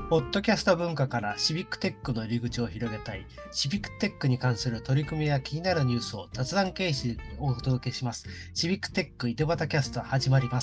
ポッドキャスト文化からシビックテックの入り口を広げたい、シビックテックに関する取り組みや気になるニュースを雑談形式でお届けします。シビックテック井戸端キャスト始まります。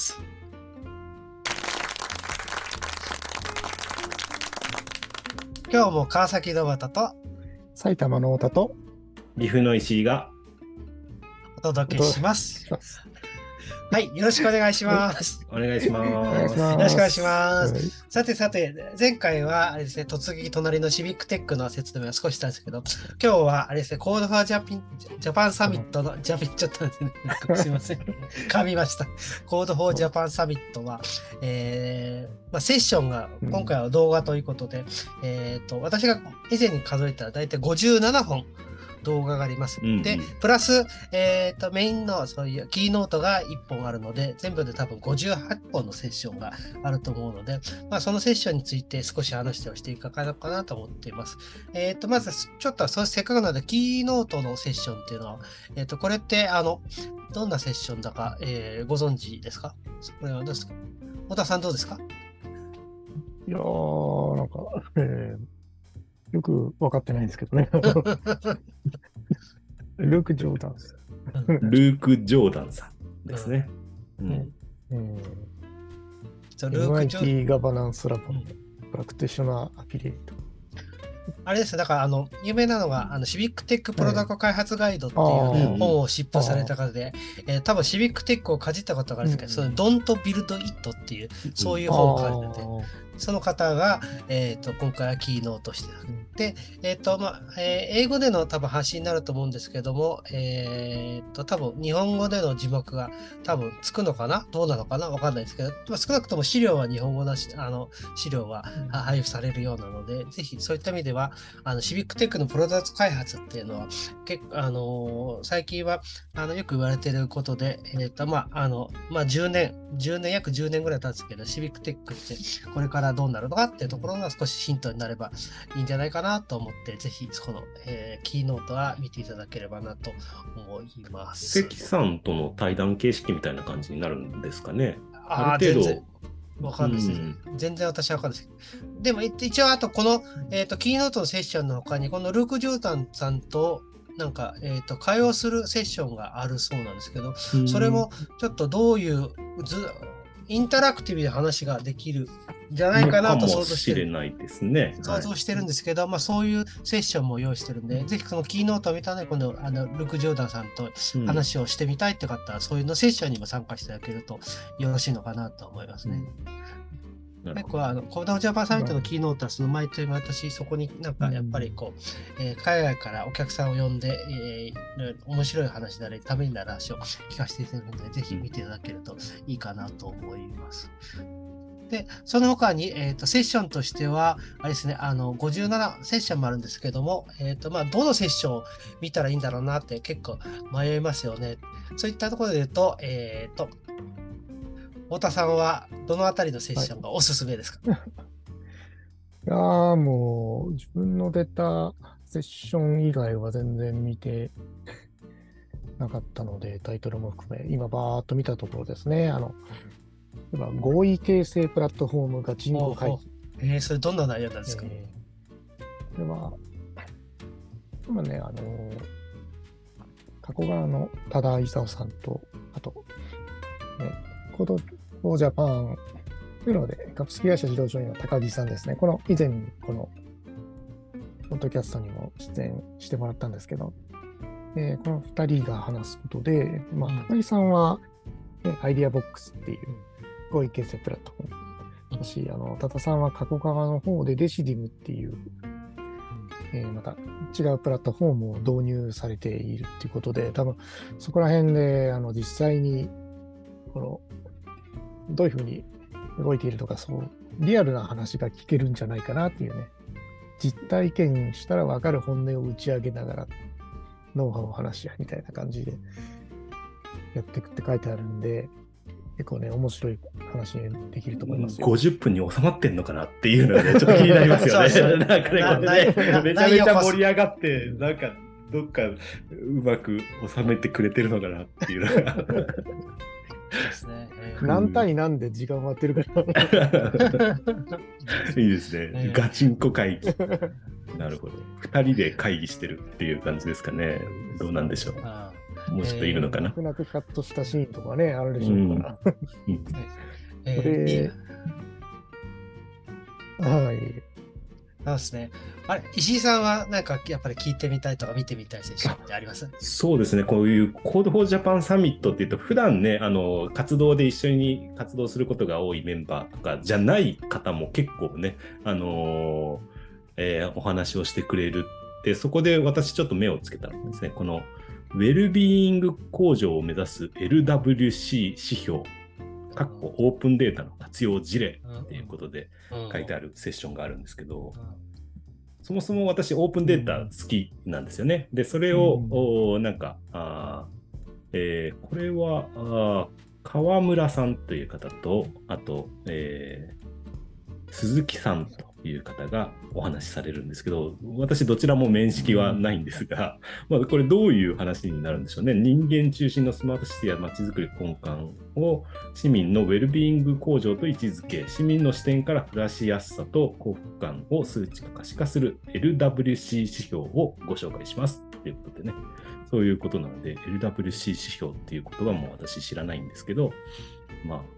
今日も川崎井戸端と埼玉の太田と岐阜の石井がお届けします。はい、よろしくお願いします。 お願いします。 よろしくお願いします。さて、前回はあれですね、突撃隣のシビックテックの説明が少ししたんですけど、今日はあれですね、コードフォージャパンサミットの、ちょっとすいません、噛みました。コードフォージャパンサミットは、セッションが今回は動画ということで、私が以前に数えたら大体57本。動画があります。で、プラス、メインのそういうキーノートが1本あるので、全部で多分58本のセッションがあると思うので、そのセッションについて少し話をしていかなかなと思っています。まず、ちょっとせっかくなので、キーノートのセッションっていうのは、これって、どんなセッションだか、ご存知ですか？これはどうですか？太田さんどうですか？ いやー、なんか、よく分かってないんですけどね。ルーク・ジョーダンス。 ルーク・ジョーダンさんですね。 MIT ガバナンスラボのプラクティショナーアフィリエイト。 あれです。だから有名なのがシビックテックプロダクト開発ガイドっていう本を執筆された方で、多分シビックテックをかじったことがあるんですけど、その Don't Build It っていうそういう本を書いてて、その方が、今回はキーノートしてで、英語での多分発信になると思うんですけども、多分日本語での字幕が多分つくのかなどうなのかなわかんないですけど、少なくとも資料は日本語の資料は配布されるようなので、ぜひそういった意味ではシビックテックのプロダクト開発っていうのは結構最近はよく言われていることで、約10年ぐらい経つけど、シビックテックってこれからどうなるのかっていうところが少しヒントになればいいんじゃないかなと思って、ぜひこの、キーノートは見ていただければなと思います。 関さんとの対談形式みたいな感じになるんですかね。ある程度わかんないですね。全然私はわかんないです。でも一応あとこの、キーノートのセッションの他にこのルーク・ジョーダンさんとなんか、会話するセッションがあるそうなんですけど、それもちょっとどういうインタラクティブな話ができるんじゃないかなと想像してる。想像してるんですけど、そういうセッションも用意してるんで、ぜひこのキーノートを見たので、今度ルーク・ジョーダンさんと話をしてみたいって方は、そういうのセッションにも参加していただけるとよろしいのかなと思いますね。結構コードジャパンサミットのキーノートはその毎年そこになんかやっぱり海外からお客さんを呼んで、面白い話なりためになる話を聞かせていただくので、ぜひ見ていただけるといいかなと思います。で、その他に、セッションとしては、あれですね、57セッションもあるんですけども、どのセッションを見たらいいんだろうなって結構迷いますよね。そういったところで言うと、太田さんはどのあたりのセッションがおすすめですか？ いやー、もう自分の出たセッション以外は全然見てなかったので、タイトルも含め、今バーっと見たところですね。合意形成プラットフォームが人工会議。 それどんな内容なんですか？ これは、今ね、加古川の多田勲さんと、あと、コードフォージャパンというので、株式会社自動商員の高木さんですね。以前にこのポッドキャストにも出演してもらったんですけど、この2人が話すことで、高木さんは、アイディアボックスっていう合意形成プラットフォーム。し、多田さんは加古川の方でデシディムっていう、また違うプラットフォームを導入されているっていうことで、多分そこら辺で実際にどういうふうに動いているとか、そうリアルな話が聞けるんじゃないかなっていうね、実体験したら分かる本音を打ち上げながらノウハウを話し合いみたいな感じでやっていくって書いてあるんで、結構ね面白い話にできると思いますよ。 50分に収まってんのかなっていうのが、ね、ちょっと気になりますよね。なんかね、これねめちゃめちゃ盛り上がって、なんかどっかうまく収めてくれてるのかなっていうのがですね。 何対何で時間割ってるから。 いいですね。ガチンコ会議。なるほど。2人で会議してるっていう感じですかね。どうなんでしょう。もうちょっといるのかな。 泣く泣くカットしたシーンとかね、あるでしょうから。はい。 そうですね。あれ、石井さんはなんかやっぱり聞いてみたいとか見てみたいセッションってあります？ そうですね。こういう Code for Japan サミットっていうと、普段ね、活動で一緒に活動することが多いメンバーとかじゃない方も結構ね、お話をしてくれるって、そこで私ちょっと目をつけたんですね。このウェルビーイング向上を目指す LWC 指標、オープンデータの活用事例っていうことで書いてあるセッションがあるんですけど、そもそも私オープンデータ好きなんですよね。で、それをなんかこれは川村さんという方と、あと、鈴木さんという方がお話しされるんですけど、私どちらも面識はないんですが、まあ、これどういう話になるんでしょうね。人間中心のスマートシティやまちづくり根幹を市民のウェルビーイング向上と位置づけ、市民の視点から暮らしやすさと幸福感を数値化可視化する LWC 指標をご紹介しますということでね、そういうことなので LWC 指標っていう言葉も私知らないんですけど、まあ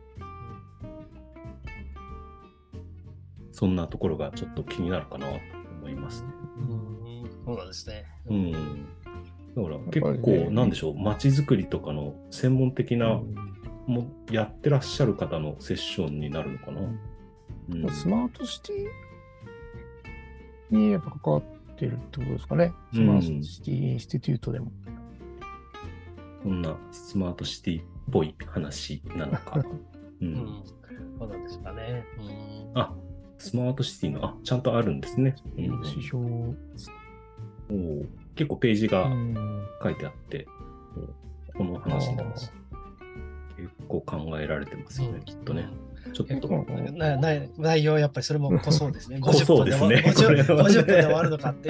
そんなところがちょっと気になるかなと思いますね。 そうなんですね。 だから結構なんでしょう、街づくりとかの専門的なもやってらっしゃる方のセッションになるのかな。 スマートシティにやっぱ関わってるってことですかね。スマートシティインスティテュートでも。 こんなスマートシティっぽい話なのか。 そうなんですかね。 スマートシティの、ちゃんとあるんですね。 指標。 結構ページが書いてあって、この話なんです。結構考えられてますよね、きっとね。ちょっと。 内容やっぱりそれも濃そうですね。 そうですね。 50分で終わるのかって。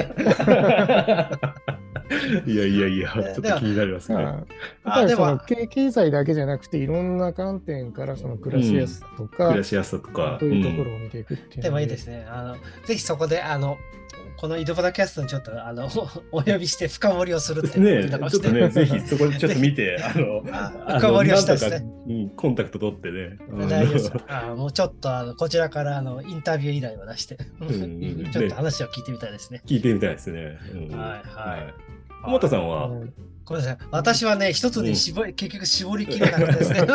いや、ちょっと気になりますね。 やっぱりその経済だけじゃなくて、いろんな観点からその暮らしやすさとか、そういうところを見ていくっていう。 でもいいですね。ぜひそこで、この井戸端キャストにちょっとお呼びして深掘りをするっていうね、ちょっとね、ぜひそこでちょっと見て、 深掘りをしたいですね。 コンタクト取ってね。 大丈夫です。もうちょっとこちらからインタビュー依頼を出して、ちょっと話を聞いてみたいですね。 聞いてみたいですね。 はい。 浜田さんはごめんなさい。私はね、一つに結局絞りきれなくてですね。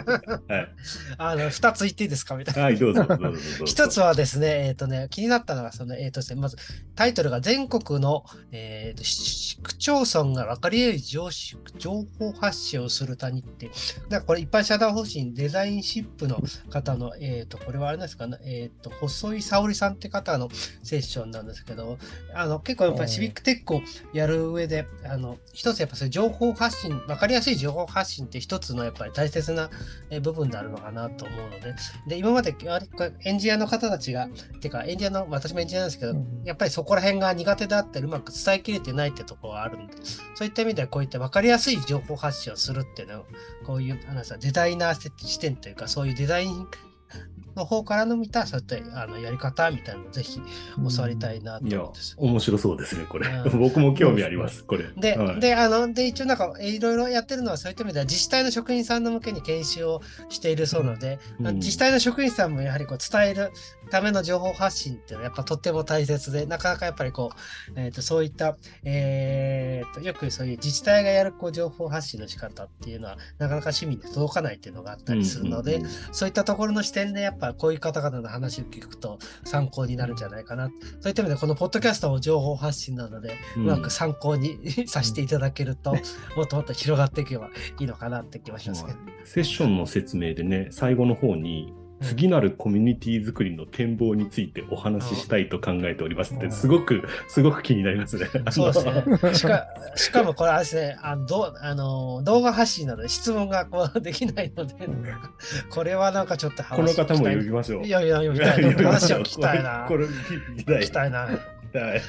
二つ言っていいですかみたいな。 はい、どうぞ。 一つはですね、気になったのが、まずタイトルが全国の、市区町村が分かりやすい情報発信をする谷って、なんかこれ一般社団法人デザインシップの方の、これはあれなんですかね、細井沙織さんって方のセッションなんですけど、結構やっぱりシビックテックをやる上で、一つやっぱ情報発信、分かりやすい情報発信って一つのやっぱり大切な部分であるのかなと思うので、今までエンジニアの方たちが、私もエンジニアなんですけど、やっぱりそこら辺が苦手だったり、うまく伝えきれてないってところがあるんで、そういった意味ではこういった分かりやすい情報発信をするっていうのを、こういうデザイナー視点というか、そういうデザインの方からの見たそういったやり方みたいなのをぜひ教わりたいなと思うんです。 面白そうですね、これ。僕も興味あります、これ。 で、一応なんかいろいろやってるのはそういった意味では自治体の職員さんの向けに研修をしているそうなので、自治体の職員さんもやはり伝えるための情報発信っていうのはやっぱとっても大切で、なかなかやっぱりそういった、よくそういう自治体がやる情報発信の仕方っていうのはなかなか市民に届かないっていうのがあったりするので、そういったところの視点でやっぱこういう方々の話を聞くと参考になるんじゃないかな。そういった意味でこのポッドキャストも情報発信なので、うまく参考にさせていただけると、もっともっと広がっていけばいいのかなって気がしますけど。 セッションの説明でね、最後の方に次なるコミュニティ作りの展望についてお話ししたいと考えておりますって、すごく気になりますね。 そうですね。しかもこれあれですね、動画発信なので質問ができないので、これはなんかちょっとこの方も呼びましょう。 いや、呼びたい。話を聞きたいな。 これ聞きたい。 聞きたいな。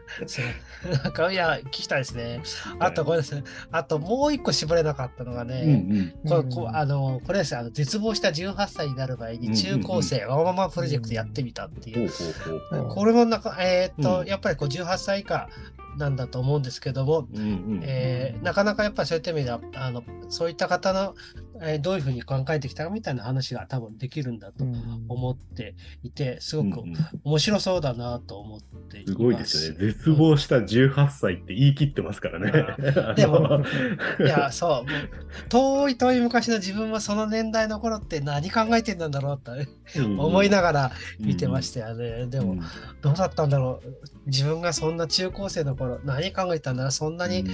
なんか、いや、聞きたいですね。あと、ごめんなさい。あと、もう一個絞れなかったのがうんね、 うん。 これですね、絶望した18歳になる前に中高生ワンママプロジェクトやってみたっていう。 ほうほうほう。 これもなんか、 うんやっぱりこう18歳以下なんだと思うんですけども、 うんうんなかなかやっぱりそういった意味では、そういった方の、どういうふうに考えてきたかみたいな話が多分できるんだと思っていて、すごくうんうん面白そうだなと思っています。 すごいですよね。絶望した18歳って言い切ってますからね。 でも、いや、そう、もう遠い遠い昔の自分はその年代の頃って何考えてんだろうと思いながら見てましたよね。でも、どうだったんだろう。自分がそんな中高生の頃、何考えてたんだろう。そんなに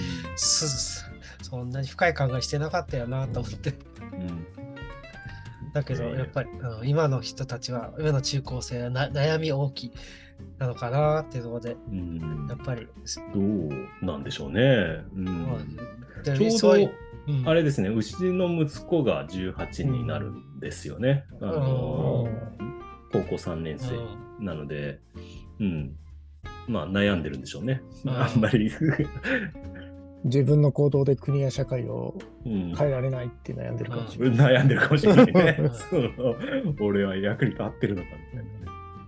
深い考えしてなかったよなと思って。だけど、やっぱり、今の人たちは、今の中高生は悩み大きいなのかなっていうところで、やっぱり。 どうなんでしょうね。ちょうど、あれですね、うちの息子が18になるんですよね。高校3年生なので、まあ悩んでるんでしょうね。あんまり自分の行動で国や社会を変えられないって悩んでるかもしれない。 悩んでるかもしれないね。俺は役に立ってるのかみたいなね。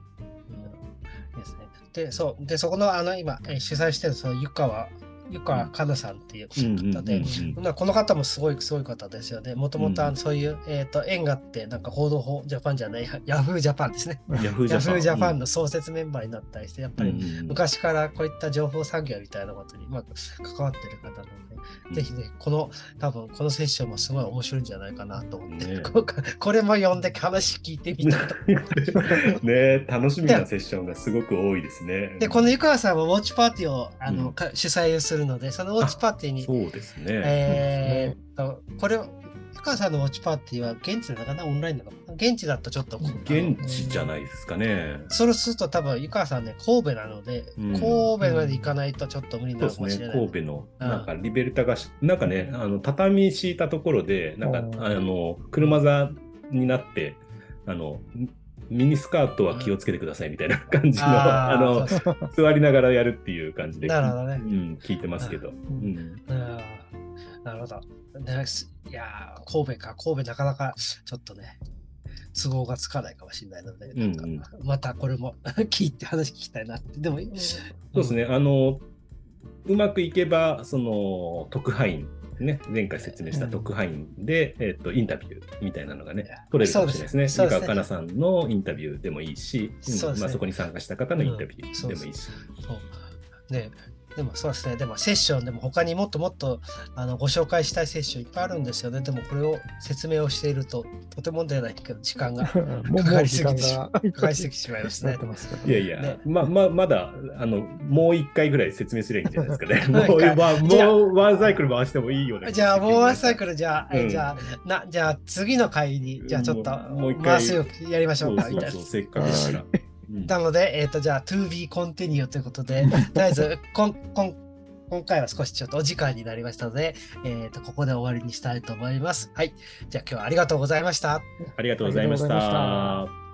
ですね。で、そこの今、主催してるその湯川香奈さんっていう方で、この方もすごい方ですよね。もともとそういう、縁があって、なんか報道法ジャパンじゃない、ヤフージャパンですね。ヤフージャパンの創設メンバーになったりして、やっぱり昔からこういった情報産業みたいなことに関わってる方なので、ぜひね、多分このセッションもすごい面白いんじゃないかなと思って、これも読んで話聞いてみたと。 ね、楽しみなセッションがすごく多いですね。 で、この湯川さんはウォッチパーティーを主催するので、そのウォッチパーティーに、 そうですね。 これ、湯川さんのウォッチパーティーは現地なのかな、オンラインなのかな、現地だとちょっと。 現地じゃないですかね。 そうすると多分湯川さんね、神戸なので、神戸まで行かないとちょっと無理なのかもしれない。 神戸の、なんかリベルタが、なんかね、畳敷いたところで、なんか、車座になって、ミニスカートは気をつけてくださいみたいな感じの、座りながらやるっていう感じで、 なるほどね。 聞いてますけど。 なるほど。いや神戸なかなかちょっとね、都合がつかないかもしれないので、またこれも話聞きたいなって。でも、 そうですね、うまくいけば、その特派員、ね、前回説明した特派員で、インタビューみたいなのがね、取れるかもしれないですね。湯川香奈さんのインタビューでもいいし、そこに参加した方のインタビューでもいいし。 でもそうですね、でもセッションでも他にもっともっとご紹介したいセッションいっぱいあるんですよね。でもこれを説明をしているととてもじゃないけど時間がかかりすぎてしまいますね。 いやいや、まだもう一回ぐらい説明すればいいんじゃないですかね。もうワンサイクル回してもいいよね。 じゃあもうワンサイクルじゃあ次の回にじゃあちょっと回すようやりましょうかみたいな。 せっかくだから。 なので、じゃあ、to be continue ということで、とりあえず、今回は少しちょっとお時間になりましたので、ここで終わりにしたいと思います。はい。じゃあ、今日はありがとうございました。 ありがとうございました。